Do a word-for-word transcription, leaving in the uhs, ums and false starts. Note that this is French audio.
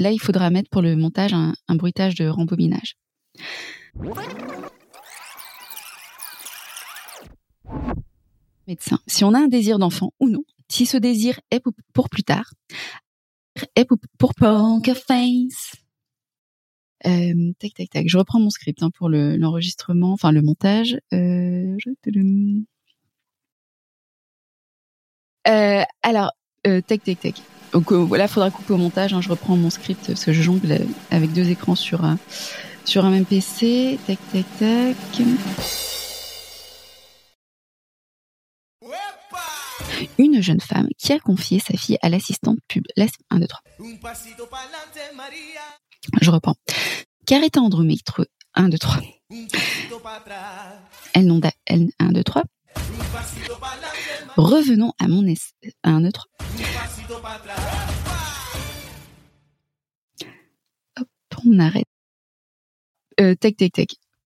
là, il faudra mettre pour le montage un, un bruitage de rembobinage. Médecin. Si on a un désir d'enfant ou non, si ce désir est pour, pour plus tard, est pour, pour poker face. Euh, tac, tac, tac. Je reprends mon script hein, pour le, l'enregistrement, enfin le montage. Euh, je te le... euh, alors, euh, tac, tac, tac. Donc euh, voilà, faudra couper au montage. Hein, je reprends mon script parce que je jongle avec deux écrans sur un, sur un même P C. Tac, tac, tac. Une jeune femme qui a confié sa fille à l'assistante pub. Laisse un, deux, trois. Je reprends. Car étant endométrieux, un, deux, trois. Elle non da, elle, un, deux, trois. Revenons à mon essai. un, deux, trois. Hop, on arrête. Euh, tac, tac, tac.